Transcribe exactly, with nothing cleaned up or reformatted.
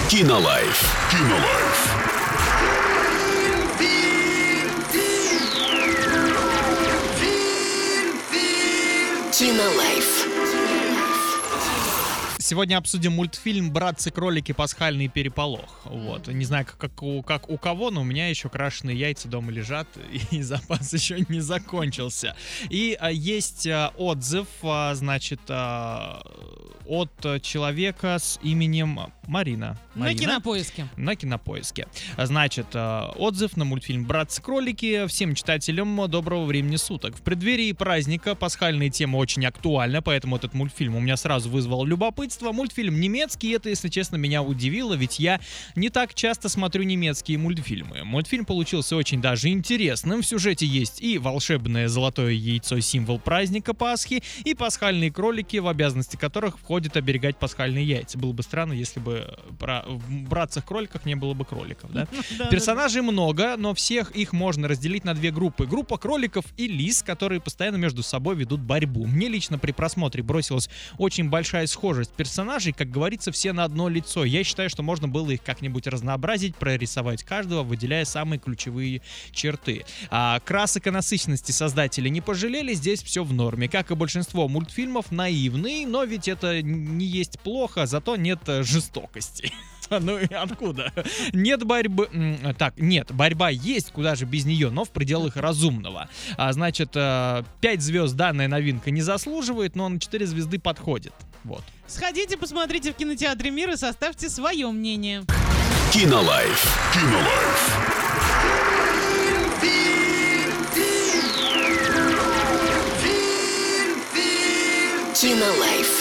Кинолайф. Кинолайф. Кинолайф. Сегодня обсудим мультфильм «Братцы-кролики. Пасхальный переполох». Вот. Не знаю, как у, как у кого, но у меня еще крашеные яйца дома лежат, и запас еще не закончился. И а, есть а, отзыв, а, значит, а, от человека с именем Марина. Марина. На Кинопоиске. На Кинопоиске. Значит, а, отзыв на мультфильм «Братцы-кролики». Всем читателям доброго времени суток. В преддверии праздника пасхальная тема очень актуальна, поэтому этот мультфильм у меня сразу вызвал любопытство. Мультфильм немецкий, это, если честно, меня удивило, ведь я не так часто смотрю немецкие мультфильмы. Мультфильм получился очень даже интересным. В сюжете есть и волшебное золотое яйцо, символ праздника Пасхи, и пасхальные кролики, в обязанности которых входит оберегать пасхальные яйца. Было бы странно, если бы про... в братцах-кроликах не было бы кроликов, да? Персонажей много, но всех их можно разделить на две группы. Группа кроликов и лис, которые постоянно между собой ведут борьбу. Мне лично при просмотре бросилась очень большая схожесть персонажей, как говорится, все на одно лицо. Я считаю, что можно было их как-нибудь разнообразить, прорисовать каждого, выделяя самые ключевые черты. А красок и насыщенности создатели не пожалели, здесь все в норме. Как и большинство мультфильмов, наивный, но ведь это не есть плохо, зато нет жестокости. Ну и откуда? Нет борьбы... Так, нет, борьба есть, куда же без нее, но в пределах разумного. А, значит, пять звезд данная новинка не заслуживает, но на четыре звезды подходит. Вот. Сходите, посмотрите в кинотеатре «Мир» и составьте свое мнение. Кинолайф. Кинолайф. Кинолайф.